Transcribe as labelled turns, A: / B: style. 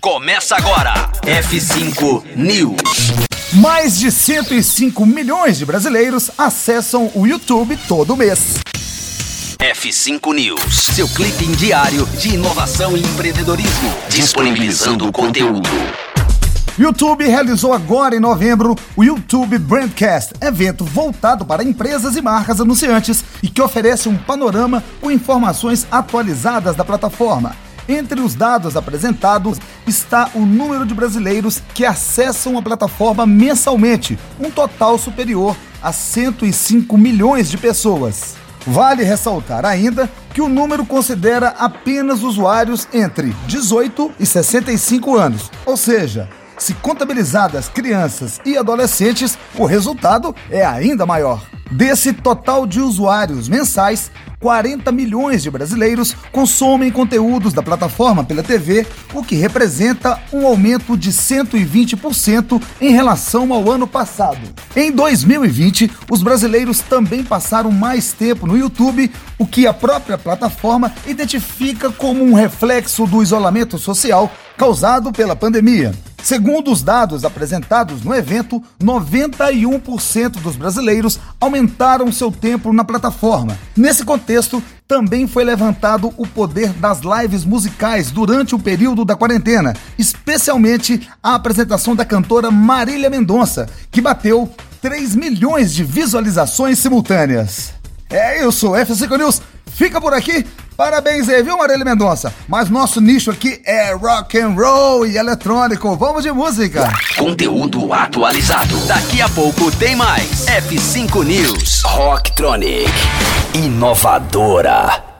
A: Começa agora. F5 News.
B: Mais de 105 milhões de brasileiros acessam o YouTube todo mês.
A: F5 News, seu clipe diário de inovação e empreendedorismo, disponibilizando o conteúdo.
B: YouTube realizou agora em novembro o YouTube Brandcast, evento voltado para empresas e marcas anunciantes e que oferece um panorama com informações atualizadas da plataforma. Entre os dados apresentados está o número de brasileiros que acessam a plataforma mensalmente, um total superior a 105 milhões de pessoas. Vale ressaltar ainda que o número considera apenas usuários entre 18 e 65 anos, ou seja, se contabilizadas crianças e adolescentes, o resultado é ainda maior. Desse total de usuários mensais, 40 milhões de brasileiros consomem conteúdos da plataforma pela TV, o que representa um aumento de 120% em relação ao ano passado. Em 2020, os brasileiros também passaram mais tempo no YouTube, o que a própria plataforma identifica como um reflexo do isolamento social causado pela pandemia. Segundo os dados apresentados no evento, 91% dos brasileiros aumentaram seu tempo na plataforma. Nesse contexto, também foi levantado o poder das lives musicais durante o período da quarentena, especialmente a apresentação da cantora Marília Mendonça, que bateu 3 milhões de visualizações simultâneas. É isso, F5 News fica por aqui. Parabéns aí, viu, Marília Mendonça? Mas nosso nicho aqui é rock and roll e eletrônico. Vamos de música.
A: Conteúdo atualizado. Daqui a pouco tem mais. F5 News. Rocktronic. Inovadora.